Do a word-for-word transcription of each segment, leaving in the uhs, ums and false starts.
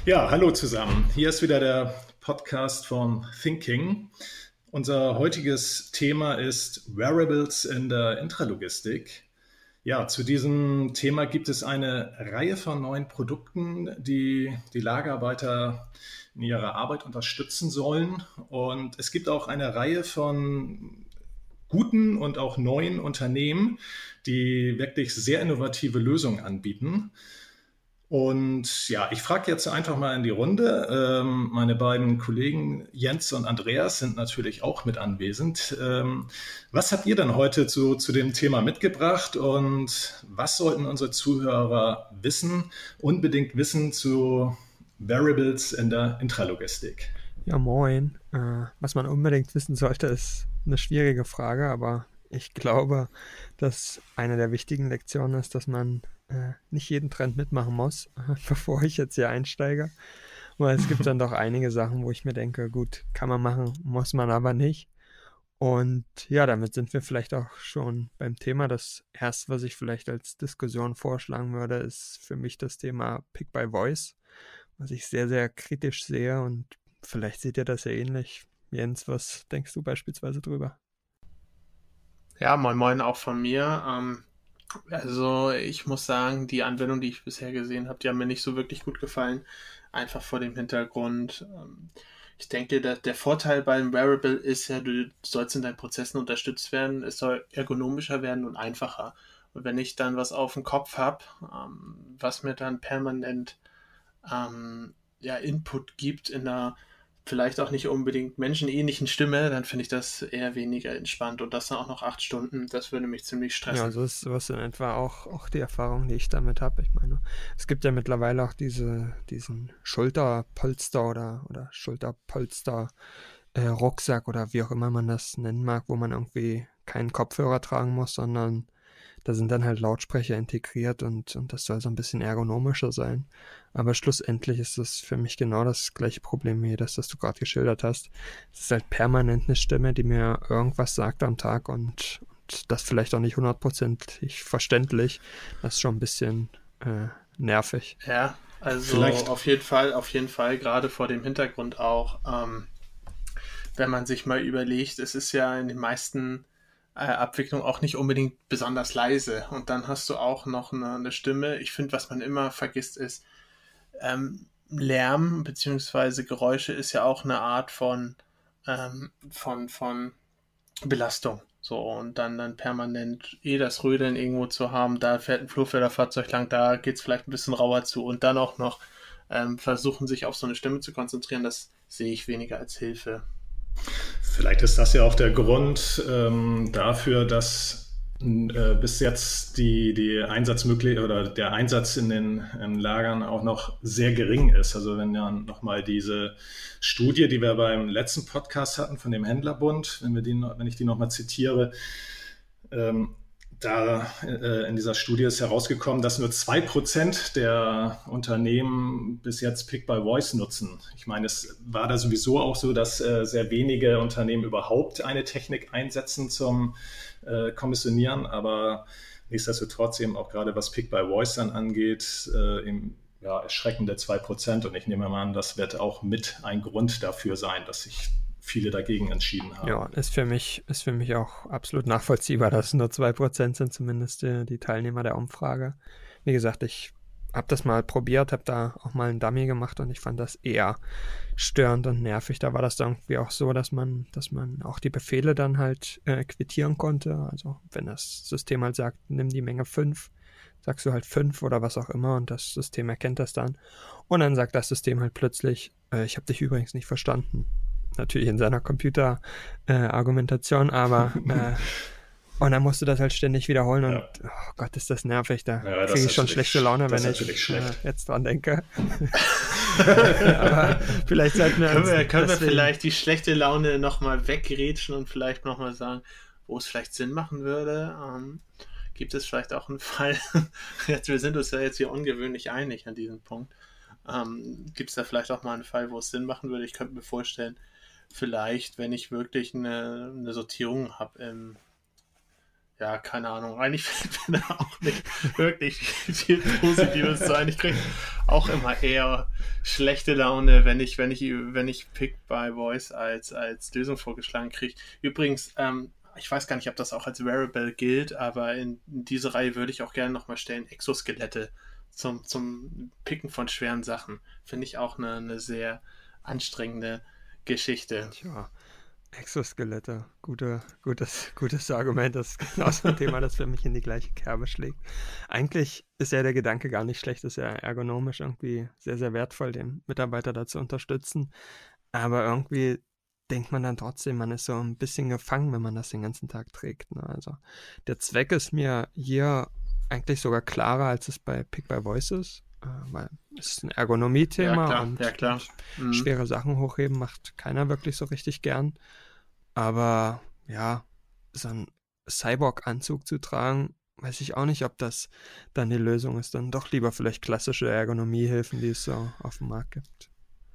Ja, hallo zusammen. Hier ist wieder der Podcast von Thinking. Unser heutiges Thema ist Wearables in der Intralogistik. Ja, zu diesem Thema gibt es eine Reihe von neuen Produkten, die die Lagerarbeiter in ihrer Arbeit unterstützen sollen. Und es gibt auch eine Reihe von guten und auch neuen Unternehmen, die wirklich sehr innovative Lösungen anbieten. Und ja, ich frage jetzt einfach mal in die Runde. Ähm, meine beiden Kollegen Jens und Andreas sind natürlich auch mit anwesend. Ähm, was habt ihr denn heute zu, zu dem Thema mitgebracht und was sollten unsere Zuhörer wissen, unbedingt wissen zu Variables in der Intralogistik? Ja, moin. Äh, was man unbedingt wissen sollte, ist eine schwierige Frage, aber ich glaube, dass eine der wichtigen Lektionen ist, dass man äh, nicht jeden Trend mitmachen muss, bevor ich jetzt hier einsteige. Weil es gibt dann doch einige Sachen, wo ich mir denke, gut, kann man machen, muss man aber nicht. Und ja, damit sind wir vielleicht auch schon beim Thema. Das erste, was ich vielleicht als Diskussion vorschlagen würde, ist für mich das Thema Pick by Voice, was ich sehr, sehr kritisch sehe, und vielleicht seht ihr das ja ähnlich. Jens, was denkst du beispielsweise drüber? Ja, moin moin auch von mir. Ähm, also ich muss sagen, die Anwendung, die ich bisher gesehen habe, die haben mir nicht so wirklich gut gefallen. Einfach vor dem Hintergrund. Ähm, ich denke, dass der Vorteil beim Wearable ist ja, du sollst in deinen Prozessen unterstützt werden. Es soll ergonomischer werden und einfacher. Und wenn ich dann was auf dem Kopf habe, ähm, was mir dann permanent ähm, ja, Input gibt in einer vielleicht auch nicht unbedingt menschenähnlichen Stimme, dann finde ich das eher weniger entspannt. Und das dann auch noch acht Stunden, das würde mich ziemlich Ja, stressen. so ist sowas in etwa auch, auch die Erfahrung, die ich damit habe. Ich meine, es gibt ja mittlerweile auch diese, diesen Schulterpolster oder, oder Schulterpolster äh, Rucksack oder wie auch immer man das nennen mag, wo man irgendwie keinen Kopfhörer tragen muss, sondern da sind dann halt Lautsprecher integriert, und, und das soll so ein bisschen ergonomischer sein. Aber schlussendlich ist das für mich genau das gleiche Problem wie das, das du gerade geschildert hast. Es ist halt permanent eine Stimme, die mir irgendwas sagt am Tag, und, und das vielleicht auch nicht hundertprozentig verständlich. Das ist schon ein bisschen äh, nervig. Ja, also Vielleicht, auf jeden Fall, auf jeden Fall, gerade vor dem Hintergrund auch, ähm, wenn man sich mal überlegt, es ist ja in den meisten äh, Abwicklungen auch nicht unbedingt besonders leise. Und dann hast du auch noch eine, eine Stimme. Ich finde, was man immer vergisst, ist, ähm, Lärm bzw. Geräusche ist ja auch eine Art von, ähm, von, von Belastung. So, und dann, dann permanent eh das Rödeln irgendwo zu haben, da fährt ein Flurförderfahrzeug lang, da geht es vielleicht ein bisschen rauer zu, und dann auch noch ähm, versuchen, sich auf so eine Stimme zu konzentrieren, das sehe ich weniger als Hilfe. Vielleicht ist das ja auch der Grund ähm, dafür, dass äh, bis jetzt die, die Einsatzmöglich oder der Einsatz in den in Lagern auch noch sehr gering ist. Also wenn ja nochmal diese Studie, die wir beim letzten Podcast hatten von dem Händlerbund, wenn wir die, wenn ich die nochmal zitiere, ähm, da äh, in dieser Studie ist herausgekommen, dass nur zwei Prozent der Unternehmen bis jetzt Pick by Voice nutzen. Ich meine, es war da sowieso auch so, dass äh, sehr wenige Unternehmen überhaupt eine Technik einsetzen zum äh, Kommissionieren, aber nichtsdestotrotz eben auch gerade was Pick by Voice dann angeht, äh, eben, ja, erschreckende zwei Prozent. Und ich nehme mal an, das wird auch mit ein Grund dafür sein, dass sich viele dagegen entschieden haben. Ja, ist für mich, ist für mich auch absolut nachvollziehbar, dass es nur zwei Prozent sind, zumindest die, die Teilnehmer der Umfrage. Wie gesagt, ich habe das mal probiert, habe da auch mal einen Dummy gemacht, und ich fand das eher störend und nervig. Da war das dann irgendwie auch so, dass man, dass man auch die Befehle dann halt äh, quittieren konnte. Also wenn das System halt sagt, nimm die Menge fünf, sagst du halt fünf oder was auch immer, und das System erkennt das dann. Und dann sagt das System halt plötzlich, äh, ich habe dich übrigens nicht verstanden. Natürlich in seiner Computer-Argumentation, äh, aber äh, und dann musst du das halt ständig wiederholen, und Ja. oh Gott, ist das nervig. Da Ja, kriege ich schon schlechte Laune, wenn ich äh, jetzt dran denke. Aber vielleicht sollten wir können uns wir, können wir deswegen, vielleicht die schlechte Laune nochmal wegrätschen und vielleicht nochmal sagen, wo es vielleicht Sinn machen würde. Ähm, gibt es vielleicht auch einen Fall, jetzt, wir sind uns ja jetzt hier ungewöhnlich einig an diesem Punkt, ähm, gibt es da vielleicht auch mal einen Fall, wo es Sinn machen würde? Ich könnte mir vorstellen, vielleicht, wenn ich wirklich eine, eine Sortierung habe im, ja, keine Ahnung, eigentlich fällt mir da auch nicht wirklich viel Positives zu ein. Ich kriege auch immer eher schlechte Laune, wenn ich, wenn ich, wenn ich Pick by Voice als, als Lösung vorgeschlagen kriege. Übrigens, ähm, ich weiß gar nicht, ob das auch als Wearable gilt, aber in, in diese Reihe würde ich auch gerne nochmal stellen, Exoskelette zum, zum Picken von schweren Sachen. Finde ich auch eine, eine sehr anstrengende Geschichte. Tja, Exoskelette, gute, gutes, gutes Argument. Das ist genau so ein Thema, das für mich in die gleiche Kerbe schlägt. Eigentlich ist ja der Gedanke gar nicht schlecht, ist ja ergonomisch irgendwie sehr, sehr wertvoll, den Mitarbeiter da zu unterstützen. Aber irgendwie denkt man dann trotzdem, man ist so ein bisschen gefangen, wenn man das den ganzen Tag trägt. Ne? Also der Zweck ist mir hier eigentlich sogar klarer, als es bei Pick by Voice ist, äh, weil es ist ein Ergonomie-Thema Ja, klar, und, ja, klar. und Mhm. schwere Sachen hochheben macht keiner wirklich so richtig gern. Aber ja, so einen Cyborg-Anzug zu tragen, weiß ich auch nicht, ob das dann die Lösung ist. Dann doch lieber vielleicht klassische Ergonomiehilfen, die es so auf dem Markt gibt.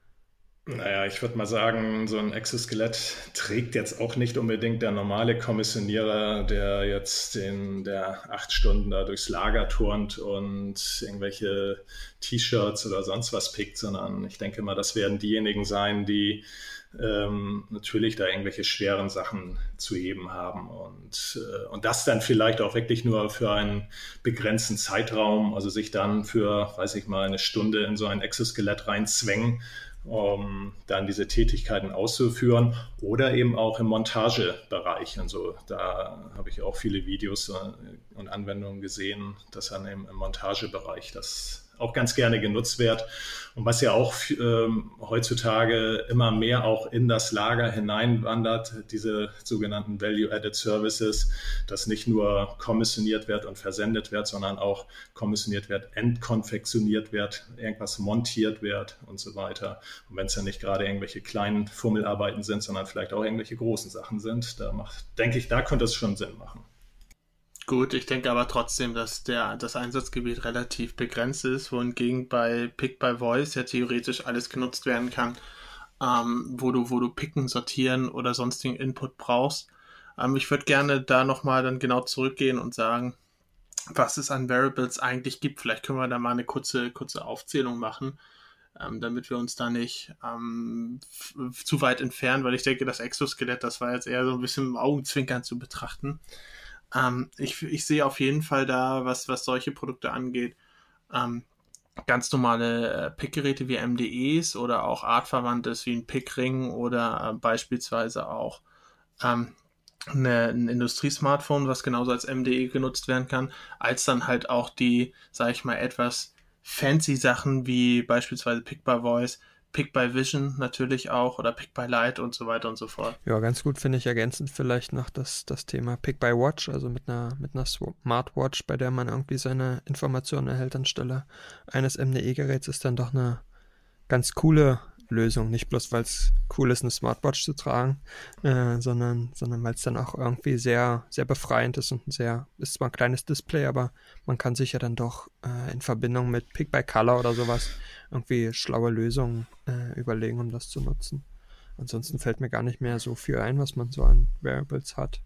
Naja, ich würde mal sagen, so ein Exoskelett trägt jetzt auch nicht unbedingt der normale Kommissionierer, der jetzt in der acht Stunden da durchs Lager turnt und irgendwelche T-Shirts oder sonst was pickt, sondern ich denke mal, das werden diejenigen sein, die ähm, natürlich da irgendwelche schweren Sachen zu heben haben und, äh, und das dann vielleicht auch wirklich nur für einen begrenzten Zeitraum, also sich dann für, weiß ich mal, eine Stunde in so ein Exoskelett reinzwängen, um dann diese Tätigkeiten auszuführen oder eben auch im Montagebereich. Und so, da habe ich auch viele Videos und Anwendungen gesehen, dass dann eben im Montagebereich das auch ganz gerne genutzt wird. Und was ja auch ähm, heutzutage immer mehr auch in das Lager hineinwandert, diese sogenannten Value-Added Services, dass nicht nur kommissioniert wird und versendet wird, sondern auch kommissioniert wird, entkonfektioniert wird, irgendwas montiert wird und so weiter. Und wenn es ja nicht gerade irgendwelche kleinen Fummelarbeiten sind, sondern vielleicht auch irgendwelche großen Sachen sind, da macht, denke ich, da könnte es schon Sinn machen. Gut, ich denke aber trotzdem, dass der, das Einsatzgebiet relativ begrenzt ist, wohingegen bei Pick by Voice ja theoretisch alles genutzt werden kann, ähm, wo du, wo du picken, sortieren oder sonstigen Input brauchst. Ähm, ich würde gerne da nochmal dann genau zurückgehen und sagen, was es an Variables eigentlich gibt. Vielleicht können wir da mal eine kurze, kurze Aufzählung machen, ähm, damit wir uns da nicht ähm, f- zu weit entfernen, weil ich denke, das Exoskelett, das war jetzt eher so ein bisschen im Augenzwinkern zu betrachten. Ähm, ich, ich sehe auf jeden Fall da, was, was solche Produkte angeht, ähm, ganz normale äh, Pickgeräte wie M D Es oder auch artverwandtes wie ein Pickring oder äh, beispielsweise auch ähm, eine, ein Industriesmartphone, was genauso als M D E genutzt werden kann, als dann halt auch die, sag ich mal, etwas fancy Sachen wie beispielsweise Pick by Voice, Pick by Vision natürlich auch oder Pick by Light und so weiter und so fort. Ja, ganz gut finde ich ergänzend vielleicht noch das, das Thema Pick by Watch, also mit einer, mit einer Smartwatch, bei der man irgendwie seine Informationen erhält anstelle eines M D E-Geräts, ist dann doch eine ganz coole Lösung. Nicht bloß, weil es cool ist, eine Smartwatch zu tragen, äh, sondern, sondern weil es dann auch irgendwie sehr, sehr befreiend ist und ein sehr, ist zwar ein kleines Display, aber man kann sich ja dann doch äh, in Verbindung mit Pick by Color oder sowas irgendwie schlaue Lösungen äh, überlegen, um das zu nutzen. Ansonsten fällt mir gar nicht mehr so viel ein, was man so an Variables hat.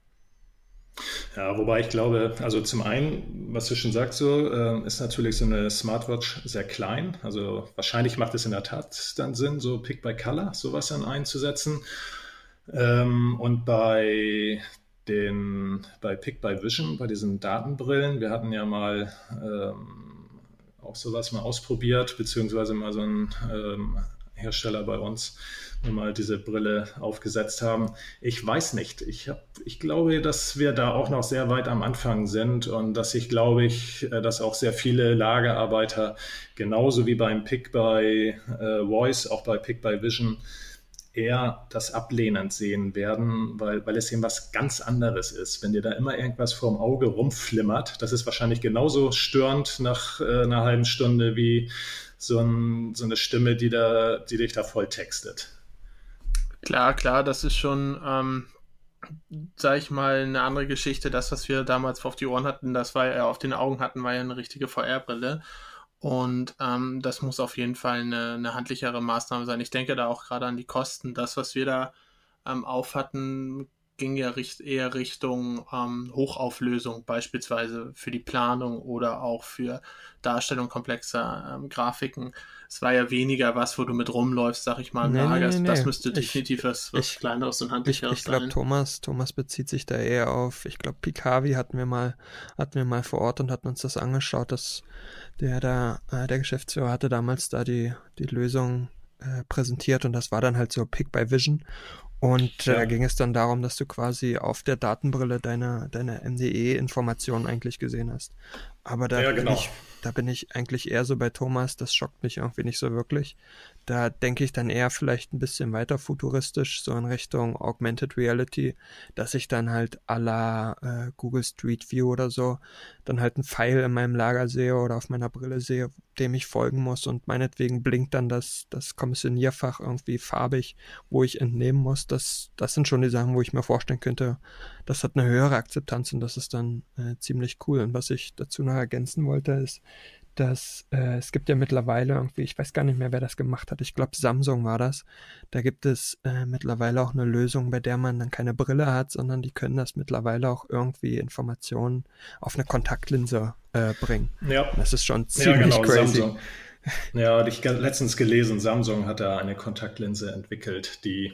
Ja, wobei ich glaube, also zum einen, was du schon sagst, so äh, ist natürlich so eine Smartwatch sehr klein. Also wahrscheinlich macht es in der Tat dann Sinn, so Pick by Color sowas dann einzusetzen. Ähm, und bei den, bei Pick by Vision, bei diesen Datenbrillen, wir hatten ja mal ähm, auch sowas mal ausprobiert, beziehungsweise mal so ein ähm, Hersteller bei uns, wenn wir mal diese Brille aufgesetzt haben. Ich weiß nicht. Ich, hab, ich glaube, dass wir da auch noch sehr weit am Anfang sind und dass ich glaube ich, dass auch sehr viele Lagerarbeiter genauso wie beim Pick by äh, Voice, auch bei Pick by Vision, eher das ablehnend sehen werden, weil, weil es eben was ganz anderes ist. Wenn dir da immer irgendwas vorm Auge rumflimmert, das ist wahrscheinlich genauso störend nach äh, einer halben Stunde wie so, ein, so eine Stimme, die, da, die dich da voll textet. Klar, klar, das ist schon, ähm, sag ich mal, eine andere Geschichte. Das, was wir damals auf die Ohren hatten, das war ja auf den Augen hatten, war ja eine richtige V R-Brille. Und ähm, das muss auf jeden Fall eine, eine handlichere Maßnahme sein. Ich denke da auch gerade an die Kosten. Das, was wir da ähm, auf hatten, ging ja richt, eher Richtung ähm, Hochauflösung, beispielsweise für die Planung oder auch für Darstellung komplexer ähm, Grafiken. Es war ja weniger was, wo du mit rumläufst, sag ich mal, im Nee, nee, Lager. nee, Das nee. müsste Ich, definitiv was, was ich, Kleineres und ich, Handlicheres ich glaube, sein. Thomas, Thomas bezieht sich da eher auf, ich glaube, Pikavi hatten wir mal, hatten wir mal vor Ort und hatten uns das angeschaut, dass der da, äh, der Geschäftsführer hatte damals da die, die Lösung äh, präsentiert und das war dann halt so Pick by Vision. Und da Ja. äh, ging es dann darum, dass du quasi auf der Datenbrille deine, deine M D E-Informationen eigentlich gesehen hast. Aber da Ja, bin genau. ich, da bin ich eigentlich eher so bei Thomas, das schockt mich irgendwie nicht so wirklich. Da denke ich dann eher vielleicht ein bisschen weiter futuristisch, so in Richtung Augmented Reality, dass ich dann halt à la äh, Google Street View oder so dann halt einen Pfeil in meinem Lager sehe oder auf meiner Brille sehe, dem ich folgen muss und meinetwegen blinkt dann das, das Kommissionierfach irgendwie farbig, wo ich entnehmen muss. Das, das sind schon die Sachen, wo ich mir vorstellen könnte, das hat eine höhere Akzeptanz und das ist dann äh, ziemlich cool. Und was ich dazu noch ergänzen wollte, ist, dass äh, es gibt ja mittlerweile irgendwie, ich weiß gar nicht mehr, wer das gemacht hat, ich glaube Samsung war das, da gibt es äh, mittlerweile auch eine Lösung, bei der man dann keine Brille hat, sondern die können das mittlerweile auch irgendwie Informationen auf eine Kontaktlinse äh, bringen. Ja. Und das ist schon Ja, ziemlich genau, crazy. Samsung. Ja, hatte ich ge- letztens gelesen, Samsung hat da eine Kontaktlinse entwickelt, die,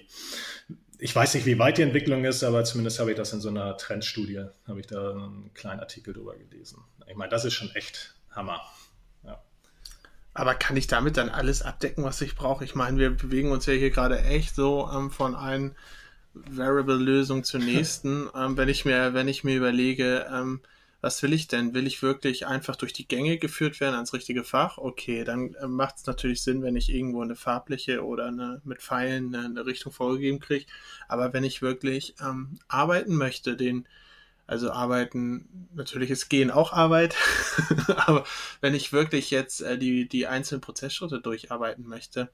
ich weiß nicht, wie weit die Entwicklung ist, aber zumindest habe ich das in so einer Trendstudie, habe ich da einen kleinen Artikel drüber gelesen. Ich meine, das ist schon echt Hammer. Ja. Aber kann ich damit dann alles abdecken, was ich brauche? Ich meine, wir bewegen uns ja hier gerade echt so ähm, von einer Variable-Lösung zur nächsten. ähm, wenn ich mir, wenn ich mir überlege, ähm, was will ich denn? Will ich wirklich einfach durch die Gänge geführt werden ans richtige Fach? Okay, dann äh, macht es natürlich Sinn, wenn ich irgendwo eine farbliche oder eine, mit Pfeilen eine, eine Richtung vorgegeben kriege. Aber wenn ich wirklich ähm, arbeiten möchte, den Also arbeiten, natürlich ist Gehen auch Arbeit, aber wenn ich wirklich jetzt äh, die, die einzelnen Prozessschritte durcharbeiten möchte,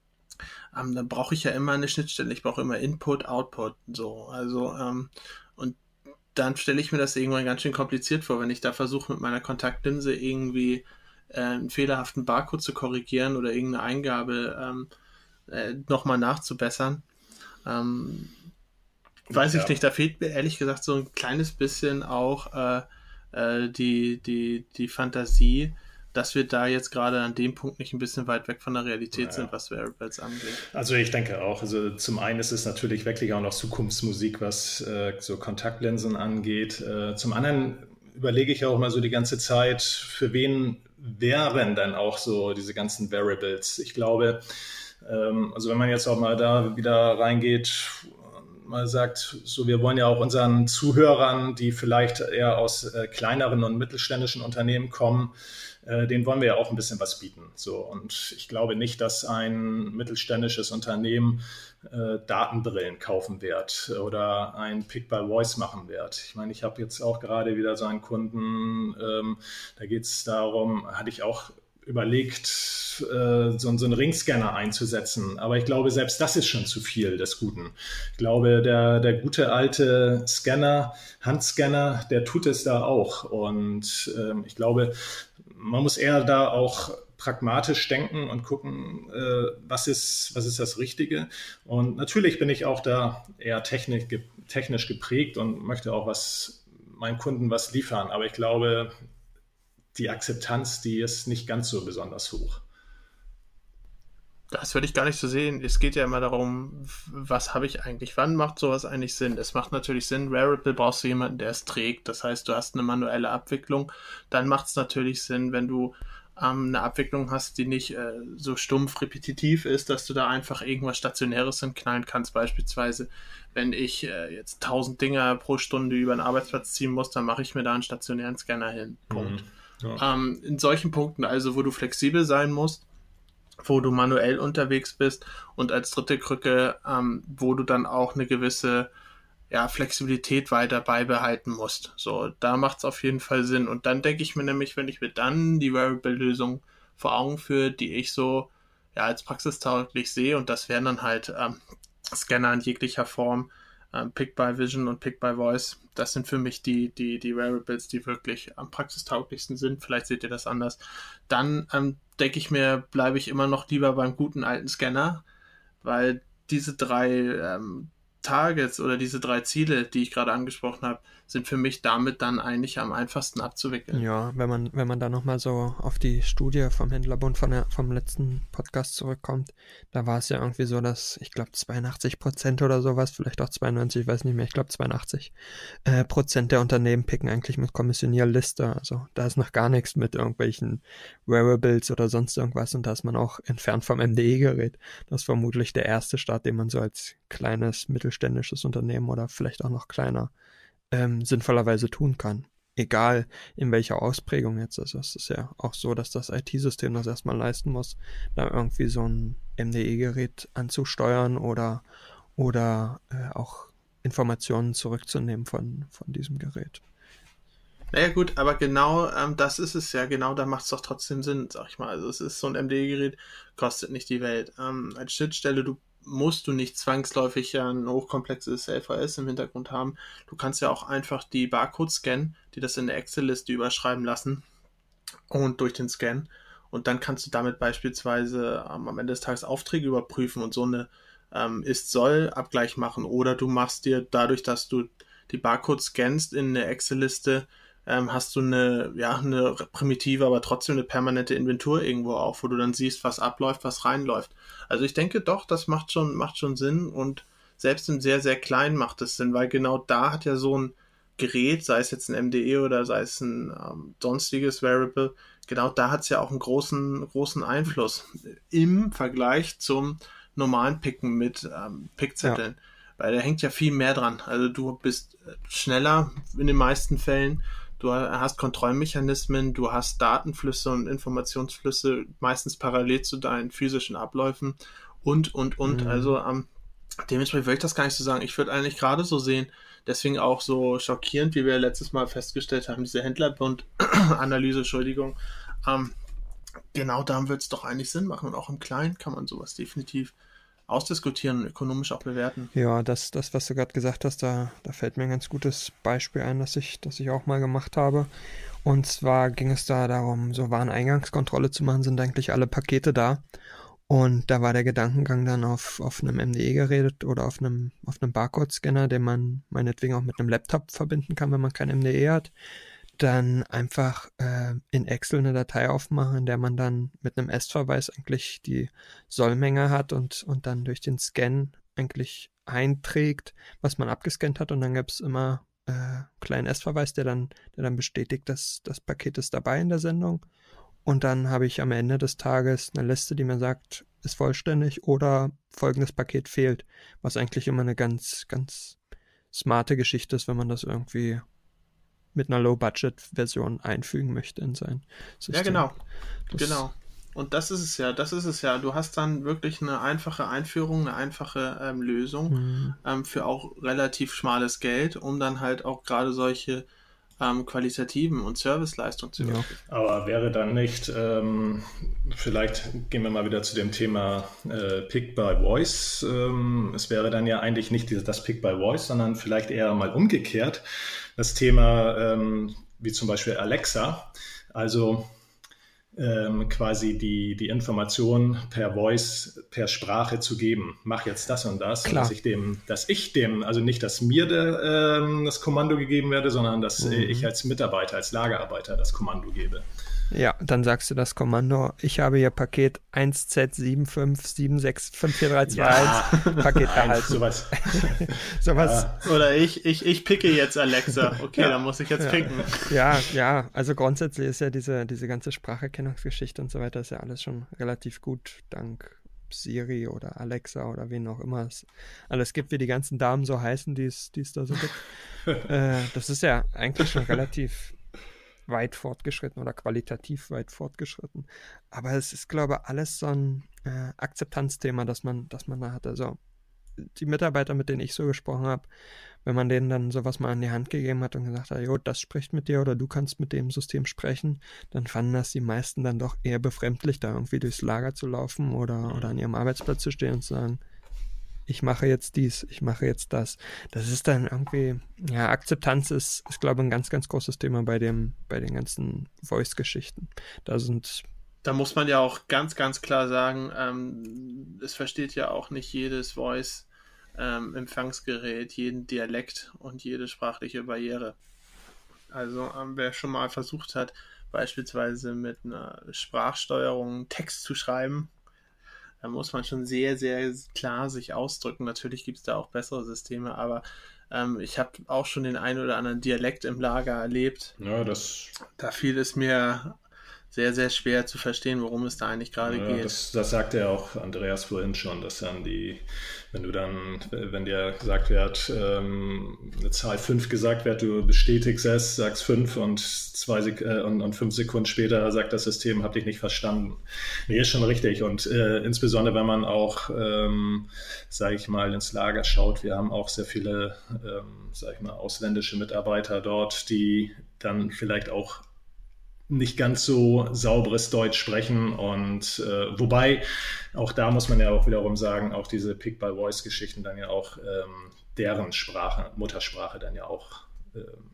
ähm, dann brauche ich ja immer eine Schnittstelle. Ich brauche immer Input, Output, so. Also, ähm, und dann stelle ich mir das irgendwann ganz schön kompliziert vor, wenn ich da versuche, mit meiner Kontaktlinse irgendwie äh, einen fehlerhaften Barcode zu korrigieren oder irgendeine Eingabe ähm, äh, nochmal nachzubessern. Ähm, Weiß ich Ja. nicht, da fehlt mir ehrlich gesagt so ein kleines bisschen auch äh, äh, die, die, die Fantasie, dass wir da jetzt gerade an dem Punkt nicht ein bisschen weit weg von der Realität Ja. sind, was Wearables angeht. Also ich denke auch. Also zum einen ist es natürlich wirklich auch noch Zukunftsmusik, was äh, so Kontaktlinsen angeht. Äh, zum anderen überlege ich auch mal so die ganze Zeit, für wen wären dann auch so diese ganzen Variables? Ich glaube, ähm, also wenn man jetzt auch mal da wieder reingeht, mal sagt, so wir wollen ja auch unseren Zuhörern, die vielleicht eher aus äh, kleineren und mittelständischen Unternehmen kommen, äh, denen wollen wir ja auch ein bisschen was bieten. So, und ich glaube nicht, dass ein mittelständisches Unternehmen äh, Datenbrillen kaufen wird oder ein Pick by Voice machen wird. Ich meine, ich habe jetzt auch gerade wieder so einen Kunden, ähm, da geht es darum, hatte ich auch überlegt, äh, so, so einen Ringscanner einzusetzen. Aber ich glaube, selbst das ist schon zu viel des Guten. Ich glaube, der, der gute alte Scanner, Handscanner, der tut es da auch. Und ähm, ich glaube, man muss eher da auch pragmatisch denken und gucken, äh, was ist, was ist das Richtige. Und natürlich bin ich auch da eher technisch, technisch geprägt und möchte auch was meinen Kunden was liefern. Aber ich glaube, die Akzeptanz, die ist nicht ganz so besonders hoch. Das würde ich gar nicht so sehen. Es geht ja immer darum, was habe ich eigentlich? Wann macht sowas eigentlich Sinn? Es macht natürlich Sinn, Wearable brauchst du jemanden, der es trägt. Das heißt, du hast eine manuelle Abwicklung. Dann macht es natürlich Sinn, wenn du ähm, eine Abwicklung hast, die nicht äh, so stumpf repetitiv ist, dass du da einfach irgendwas Stationäres hinknallen kannst. Beispielsweise, wenn ich äh, jetzt tausend Dinger pro Stunde über den Arbeitsplatz ziehen muss, dann mache ich mir da einen stationären Scanner hin. Punkt. Mhm. Ja. Ähm, in solchen Punkten also, wo du flexibel sein musst, wo du manuell unterwegs bist und als dritte Krücke, ähm, wo du dann auch eine gewisse ja, Flexibilität weiter beibehalten musst. So, da macht es auf jeden Fall Sinn. Und dann denke ich mir nämlich, wenn ich mir dann die Wearable-Lösung vor Augen führe, die ich so ja, als praxistauglich sehe, und das wären dann halt ähm, Scanner in jeglicher Form, ähm, Pick by Vision und Pick by Voice, das sind für mich die, die, die Wearables, die wirklich am praxistauglichsten sind. Vielleicht seht ihr das anders. Dann ähm, denke ich mir, bleibe ich immer noch lieber beim guten alten Scanner, weil diese drei ähm, Targets oder diese drei Ziele, die ich gerade angesprochen habe, sind für mich damit dann eigentlich am einfachsten abzuwickeln. Ja, wenn man, wenn man da nochmal so auf die Studie vom Händlerbund von der, vom letzten Podcast zurückkommt, da war es ja irgendwie so, dass, ich glaube, zweiundachtzig Prozent oder sowas, vielleicht auch zweiundneunzig, ich weiß nicht mehr, ich glaube zweiundachtzig äh, Prozent der Unternehmen picken eigentlich mit Kommissionierliste. Also da ist noch gar nichts mit irgendwelchen Wearables oder sonst irgendwas und da ist man auch entfernt vom M D E-Gerät. Das ist vermutlich der erste Start, den man so als kleines, mittelständisches Unternehmen oder vielleicht auch noch kleiner ähm, sinnvollerweise tun kann. Egal in welcher Ausprägung jetzt. Also es ist ja auch so, dass das I T-System das erstmal leisten muss, da irgendwie so ein M D E-Gerät anzusteuern oder, oder äh, auch Informationen zurückzunehmen von, von diesem Gerät. Naja gut, aber genau ähm, das ist es ja, genau da macht es doch trotzdem Sinn, sag ich mal. Also es ist so ein M D E-Gerät, kostet nicht die Welt. Ähm, als Schnittstelle, du musst du nicht zwangsläufig ja ein hochkomplexes L V S im Hintergrund haben. Du kannst ja auch einfach die Barcodes scannen, die das in der Excel-Liste überschreiben lassen und durch den Scan. Und dann kannst du damit beispielsweise ähm, am Ende des Tages Aufträge überprüfen und so eine ähm, Ist-Soll-Abgleich machen. Oder du machst dir dadurch, dass du die Barcodes scannst in der Excel-Liste, ähm, hast du eine, ja, eine primitive, aber trotzdem eine permanente Inventur irgendwo auf, wo du dann siehst, was abläuft, was reinläuft. Also ich denke doch, das macht schon, macht schon Sinn und selbst im sehr, sehr kleinen macht es Sinn, weil genau da hat ja so ein Gerät, sei es jetzt ein M D E oder sei es ein ähm, sonstiges Variable, genau da hat es ja auch einen großen, großen Einfluss im Vergleich zum normalen Picken mit ähm, Pickzetteln. Ja. Weil da hängt ja viel mehr dran. Also du bist schneller in den meisten Fällen, du hast Kontrollmechanismen, du hast Datenflüsse und Informationsflüsse meistens parallel zu deinen physischen Abläufen und, und, und. Mhm. Also ähm, dementsprechend würde ich das gar nicht so sagen. Ich würde eigentlich gerade so sehen, deswegen auch so schockierend, wie wir letztes Mal festgestellt haben, diese Händlerbund-Analyse, Entschuldigung, ähm, genau da wird es doch eigentlich Sinn machen und auch im Kleinen kann man sowas definitiv ausdiskutieren und ökonomisch auch bewerten. Ja, das, das was du gerade gesagt hast, da, da fällt mir ein ganz gutes Beispiel ein, das ich, das ich auch mal gemacht habe. Und zwar ging es da darum, so Wareneingangskontrolle zu machen, sind eigentlich alle Pakete da. Und da war der Gedankengang dann auf, auf einem M D E-Gerät oder auf einem, auf einem Barcode-Scanner, den man meinetwegen auch mit einem Laptop verbinden kann, wenn man kein M D E hat. Dann einfach äh, in Excel eine Datei aufmachen, in der man dann mit einem S-Verweis eigentlich die Sollmenge hat und, und dann durch den Scan eigentlich einträgt, was man abgescannt hat und dann gibt es immer äh, einen kleinen S-Verweis, der dann, der dann bestätigt, dass das Paket ist dabei in der Sendung und dann habe ich am Ende des Tages eine Liste, die mir sagt, ist vollständig oder folgendes Paket fehlt, was eigentlich immer eine ganz, ganz smarte Geschichte ist, wenn man das irgendwie mit einer Low-Budget-Version einfügen möchte in sein System. Ja, genau. Das genau. Und das ist es ja, das ist es ja. Du hast dann wirklich eine einfache Einführung, eine einfache ähm, Lösung mhm. ähm, für auch relativ schmales Geld, um dann halt auch gerade solche ähm, qualitativen und Serviceleistungen zu ja. Aber wäre dann nicht, ähm, vielleicht gehen wir mal wieder zu dem Thema äh, Pick by Voice. Ähm, es wäre dann ja eigentlich nicht dieses, das Pick by Voice, sondern vielleicht eher mal umgekehrt. Das Thema ähm, wie zum Beispiel Alexa, also ähm, quasi die, die Information per Voice, per Sprache zu geben. Mach jetzt das und das. Und dass ich dem, dass ich dem, also nicht, dass mir de, ähm, das Kommando gegeben werde, sondern dass mhm. ich als Mitarbeiter, als Lagerarbeiter das Kommando gebe. Ja, dann sagst du das Kommando, ich habe hier Paket eins Z sieben fünf sieben sechs fünf vier drei zwei eins, ja. Paket erhalten. Sowas. sowas. Ja. Oder ich, ich, ich picke jetzt Alexa. Okay, ja. Dann muss ich jetzt ja. picken. Ja, ja, also grundsätzlich ist ja diese, diese ganze Spracherkennungsgeschichte und so weiter ist ja alles schon relativ gut, dank Siri oder Alexa oder wen auch immer es alles gibt, wie die ganzen Damen so heißen, die es da so gibt. äh, das ist ja eigentlich schon relativ weit fortgeschritten oder qualitativ weit fortgeschritten. Aber es ist, glaube ich, alles so ein äh, Akzeptanzthema, das man, das man da hat. Also die Mitarbeiter, mit denen ich so gesprochen habe, wenn man denen dann sowas mal in die Hand gegeben hat und gesagt hat, jo, das spricht mit dir oder du kannst mit dem System sprechen, dann fanden das die meisten dann doch eher befremdlich, da irgendwie durchs Lager zu laufen oder, oder an ihrem Arbeitsplatz zu stehen und zu sagen, ich mache jetzt dies, ich mache jetzt das. Das ist dann irgendwie, ja, Akzeptanz ist, ist glaube ich, ein ganz, ganz großes Thema bei dem, bei den ganzen Voice-Geschichten. Da sind Da muss man ja auch ganz, ganz klar sagen, ähm, es versteht ja auch nicht jedes Voice ähm, Empfangsgerät, jeden Dialekt und jede sprachliche Barriere. Also ähm, wer schon mal versucht hat, beispielsweise mit einer Sprachsteuerung Text zu schreiben, da muss man schon sehr, sehr klar sich ausdrücken. Natürlich gibt es da auch bessere Systeme, aber ähm, ich habe auch schon den einen oder anderen Dialekt im Lager erlebt. Ja, das. Da fiel es mir sehr, sehr schwer zu verstehen, worum es da eigentlich gerade Ja, geht. das, das sagte ja auch Andreas vorhin schon, dass dann die, wenn du dann, wenn dir gesagt wird, ähm, eine Zahl fünf gesagt wird, du bestätigst es, sagst fünf und zwei Sek äh, und, und fünf Sekunden später sagt das System, hab dich nicht verstanden. Nee, ist schon richtig. Und äh, insbesondere, wenn man auch, ähm, sage ich mal, ins Lager schaut, wir haben auch sehr viele, ähm, sage ich mal, ausländische Mitarbeiter dort, die dann vielleicht auch nicht ganz so sauberes Deutsch sprechen und äh, wobei, auch da muss man ja auch wiederum sagen, auch diese Pick-by-Voice-Geschichten dann ja auch ähm, deren Sprache, Muttersprache dann ja auch ähm,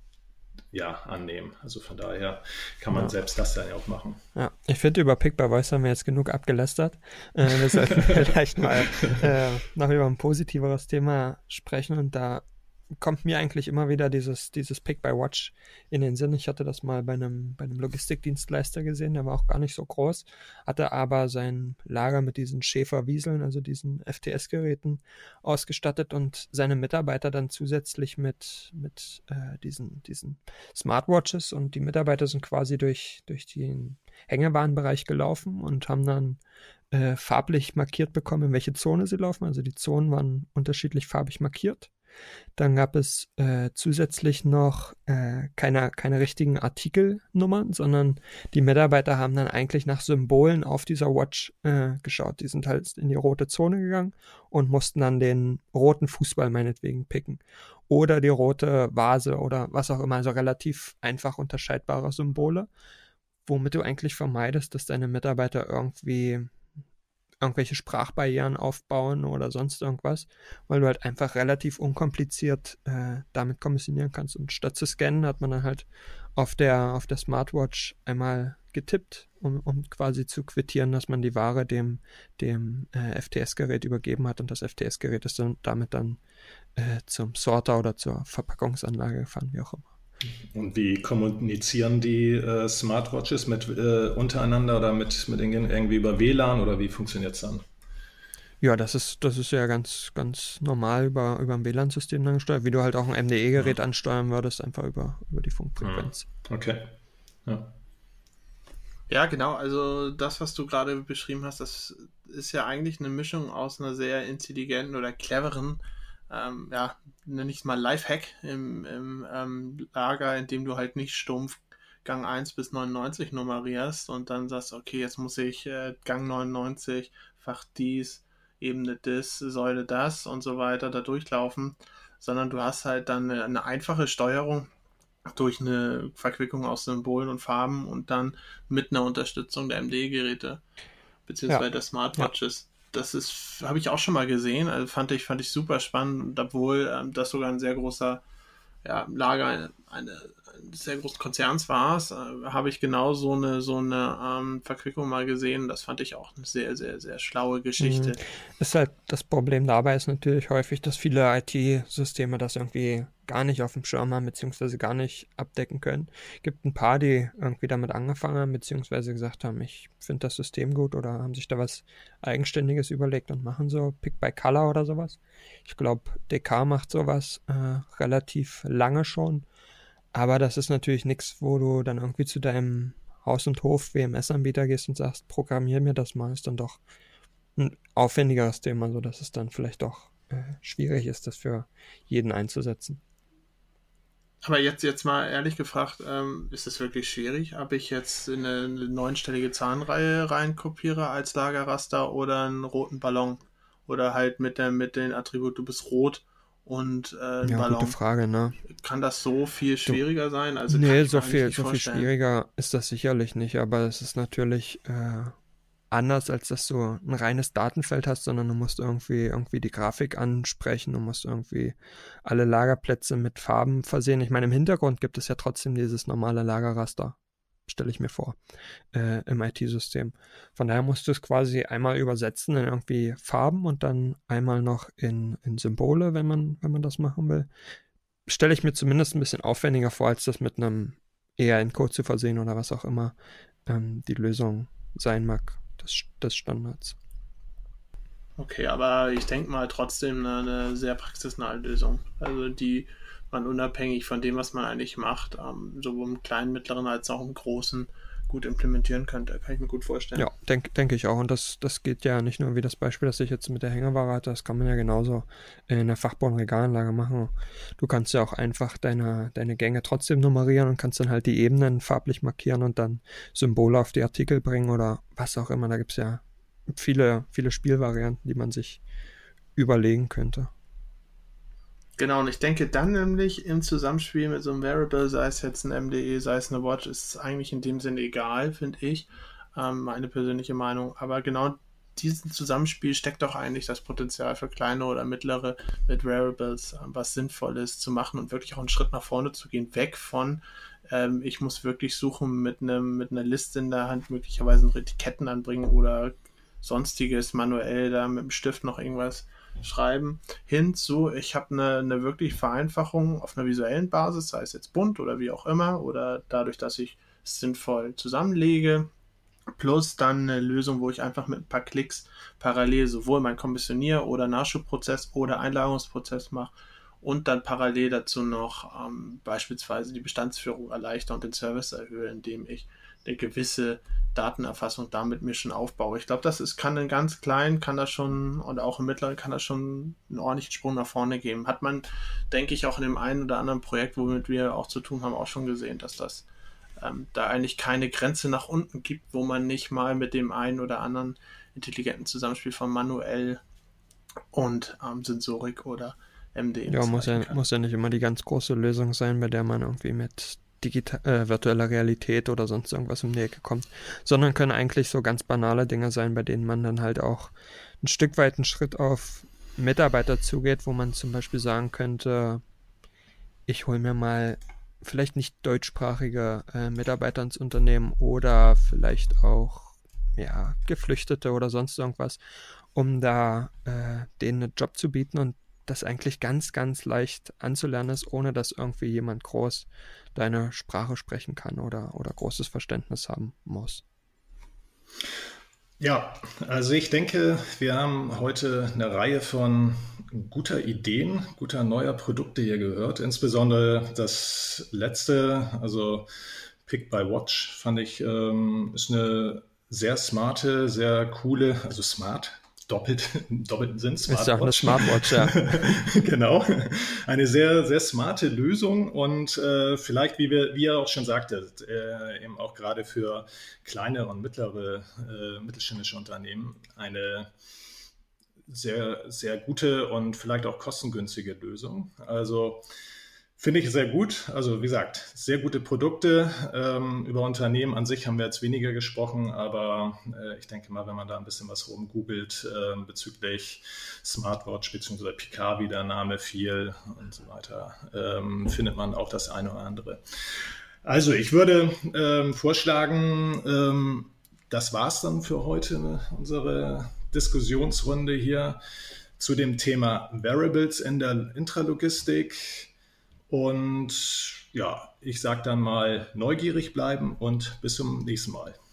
ja, annehmen. Also von daher kann man ja. selbst das dann ja auch machen. Ja, ich finde, über Pick-by-Voice haben wir jetzt genug abgelästert. Äh, wir sollten vielleicht mal äh, noch über ein positiveres Thema sprechen und da kommt mir eigentlich immer wieder dieses, dieses Pick-by-Watch in den Sinn. Ich hatte das mal bei einem, bei einem Logistikdienstleister gesehen, der war auch gar nicht so groß, hatte aber sein Lager mit diesen Schäfer-Wieseln, also diesen F T S-Geräten ausgestattet und seine Mitarbeiter dann zusätzlich mit, mit äh, diesen, diesen Smartwatches und die Mitarbeiter sind quasi durch, durch den Hängebahnbereich gelaufen und haben dann äh, farblich markiert bekommen, in welche Zone sie laufen. Also die Zonen waren unterschiedlich farbig markiert. Dann gab es äh, zusätzlich noch äh, keine, keine richtigen Artikelnummern, sondern die Mitarbeiter haben dann eigentlich nach Symbolen auf dieser Watch äh, geschaut. Die sind halt in die rote Zone gegangen und mussten dann den roten Fußball meinetwegen picken. Oder die rote Vase oder was auch immer, also relativ einfach unterscheidbare Symbole, womit du eigentlich vermeidest, dass deine Mitarbeiter irgendwie irgendwelche Sprachbarrieren aufbauen oder sonst irgendwas, weil du halt einfach relativ unkompliziert äh, damit kommissionieren kannst. Und statt zu scannen hat man dann halt auf der, auf der Smartwatch einmal getippt, um, um quasi zu quittieren, dass man die Ware dem, dem äh, F T S-Gerät übergeben hat und das F T S-Gerät ist dann damit dann äh, zum Sorter oder zur Verpackungsanlage gefahren, wie auch immer. Und wie kommunizieren die äh, Smartwatches mit äh, untereinander oder mit, mit irgendwie über W L A N oder wie funktioniert es dann? Ja, das ist, das ist ja ganz, ganz normal über, über ein W L A N-System dann gesteuert, wie du halt auch ein M D E-Gerät ja. ansteuern würdest, einfach über, über die Funkfrequenz. Okay. Ja. Ja, genau. Also das, was du gerade beschrieben hast, das ist ja eigentlich eine Mischung aus einer sehr intelligenten oder cleveren Ähm, ja, nenne ich es mal Lifehack im, im ähm, Lager, in dem du halt nicht stumpf Gang eins bis neunundneunzig nummerierst und dann sagst, okay, jetzt muss ich äh, Gang neunundneunzig, Fach dies, Ebene dis, Säule das und so weiter da durchlaufen, sondern du hast halt dann eine, eine einfache Steuerung durch eine Verquickung aus Symbolen und Farben und dann mit einer Unterstützung der M D E-Geräte beziehungsweise ja. der Smartwatches. Ja. Das ist, habe ich auch schon mal gesehen, also fand ich, fand ich super spannend, obwohl ähm, das sogar ein sehr großer ja, Lager eine, eine, eines sehr großen Konzerns war, äh, habe ich genau so eine, so eine ähm, Verquickung mal gesehen. Das fand ich auch eine sehr, sehr, sehr schlaue Geschichte. Mhm. Ist halt, das Problem dabei ist natürlich häufig, dass viele I T-Systeme das irgendwie gar nicht auf dem Schirm haben, beziehungsweise gar nicht abdecken können. Gibt ein paar, die irgendwie damit angefangen haben, beziehungsweise gesagt haben, ich finde das System gut oder haben sich da was Eigenständiges überlegt und machen so Pick by Color oder sowas. Ich glaube, D K macht sowas äh, relativ lange schon, aber das ist natürlich nichts, wo du dann irgendwie zu deinem Haus- und Hof-W M S-Anbieter gehst und sagst, programmier mir das mal, ist dann doch ein aufwendigeres Thema, sodass es dann vielleicht doch äh, schwierig ist, das für jeden einzusetzen. Aber jetzt, jetzt mal ehrlich gefragt, ähm, ist es wirklich schwierig, ob ich jetzt in eine, eine neunstellige Zahlenreihe reinkopiere als Lagerraster oder einen roten Ballon? Oder halt mit, der, mit den Attribut, du bist rot und äh, ein ja, Ballon. Gute Frage, ne? Kann das so viel schwieriger du, sein? Also nee, so viel, so viel schwieriger ist das sicherlich nicht, aber es ist natürlich äh, anders, als dass du ein reines Datenfeld hast, sondern du musst irgendwie, irgendwie die Grafik ansprechen, du musst irgendwie alle Lagerplätze mit Farben versehen. Ich meine, im Hintergrund gibt es ja trotzdem dieses normale Lagerraster. stelle ich mir vor, äh, im I T-System. Von daher musst du es quasi einmal übersetzen in irgendwie Farben und dann einmal noch in, in Symbole, wenn man, wenn man das machen will. Stelle ich mir zumindest ein bisschen aufwendiger vor, als das mit einem E R N-Code zu versehen oder was auch immer ähm, die Lösung sein mag, des, des Standards. Okay, aber ich denke mal trotzdem eine, eine sehr praxisnahe Lösung. Also die man unabhängig von dem, was man eigentlich macht, ähm, sowohl im kleinen, mittleren als auch im großen gut implementieren könnte. Kann ich mir gut vorstellen. Ja, denke denk ich auch. Und das, das geht ja nicht nur wie das Beispiel, das ich jetzt mit der Hängeware hatte, das kann man ja genauso in der Fachbau- und Regalanlage machen. Du kannst ja auch einfach deine, deine Gänge trotzdem nummerieren und kannst dann halt die Ebenen farblich markieren und dann Symbole auf die Artikel bringen oder was auch immer. Da gibt es ja viele, viele Spielvarianten, die man sich überlegen könnte. Genau, und ich denke dann nämlich im Zusammenspiel mit so einem Variable, sei es jetzt ein M D E, sei es eine Watch, ist es eigentlich in dem Sinne egal, finde ich, ähm, meine persönliche Meinung. Aber genau diesen Zusammenspiel steckt doch eigentlich das Potenzial für kleine oder mittlere mit Variables, ähm, was sinnvoll ist zu machen und wirklich auch einen Schritt nach vorne zu gehen, weg von ähm, ich muss wirklich suchen mit einem mit einer Liste in der Hand, möglicherweise noch Etiketten anbringen oder sonstiges manuell da mit dem Stift noch irgendwas schreiben, hinzu, ich habe eine, eine wirklich Vereinfachung auf einer visuellen Basis, sei es jetzt bunt oder wie auch immer, oder dadurch, dass ich es sinnvoll zusammenlege, plus dann eine Lösung, wo ich einfach mit ein paar Klicks parallel sowohl meinen Kommissionier- oder Nachschubprozess oder Einlagerungsprozess mache und dann parallel dazu noch ähm, beispielsweise die Bestandsführung erleichter und den Service erhöhe, indem ich eine gewisse Datenerfassung damit mir schon aufbaue. Ich glaube, das ist, kann in ganz klein, kann das schon, und auch im mittleren kann das schon einen ordentlichen Sprung nach vorne geben. Hat man, denke ich, auch in dem einen oder anderen Projekt, womit wir auch zu tun haben, auch schon gesehen, dass das ähm, da eigentlich keine Grenze nach unten gibt, wo man nicht mal mit dem einen oder anderen intelligenten Zusammenspiel von manuell und ähm, Sensorik oder M D. Ja, muss ja, muss ja nicht immer die ganz große Lösung sein, bei der man irgendwie mit Digital, äh, virtueller Realität oder sonst irgendwas um die Ecke kommt, sondern können eigentlich so ganz banale Dinge sein, bei denen man dann halt auch ein Stück weit einen Schritt auf Mitarbeiter zugeht, wo man zum Beispiel sagen könnte, ich hole mir mal vielleicht nicht deutschsprachige äh, Mitarbeiter ins Unternehmen oder vielleicht auch ja, Geflüchtete oder sonst irgendwas, um da äh, denen einen Job zu bieten und das eigentlich ganz, ganz leicht anzulernen ist, ohne dass irgendwie jemand groß deine Sprache sprechen kann oder, oder großes Verständnis haben muss. Ja, also ich denke, wir haben heute eine Reihe von guter Ideen, guter neuer Produkte hier gehört. Insbesondere das letzte, also Pick by Watch, fand ich, ähm, ist eine sehr smarte, sehr coole, also smart, doppelt, im doppelten Sinn, Smartwatch. Ist ja auch eine Smartwatch, ja. Genau. Eine sehr, sehr smarte Lösung und äh, vielleicht, wie wir, wie ihr auch schon sagtet, äh, eben auch gerade für kleine und mittlere, äh, mittelständische Unternehmen eine sehr, sehr gute und vielleicht auch kostengünstige Lösung. Also finde ich sehr gut. Also wie gesagt, sehr gute Produkte. Ähm, über Unternehmen an sich haben wir jetzt weniger gesprochen, aber äh, ich denke mal, wenn man da ein bisschen was rumgoogelt äh, bezüglich Smartwatch bzw. Picard, wie der Name fiel und so weiter, ähm, findet man auch das eine oder andere. Also ich würde ähm, vorschlagen, ähm, das war's dann für heute, unsere Diskussionsrunde hier zu dem Thema Variables in der Intralogistik. Und ja, ich sage dann mal neugierig bleiben und bis zum nächsten Mal.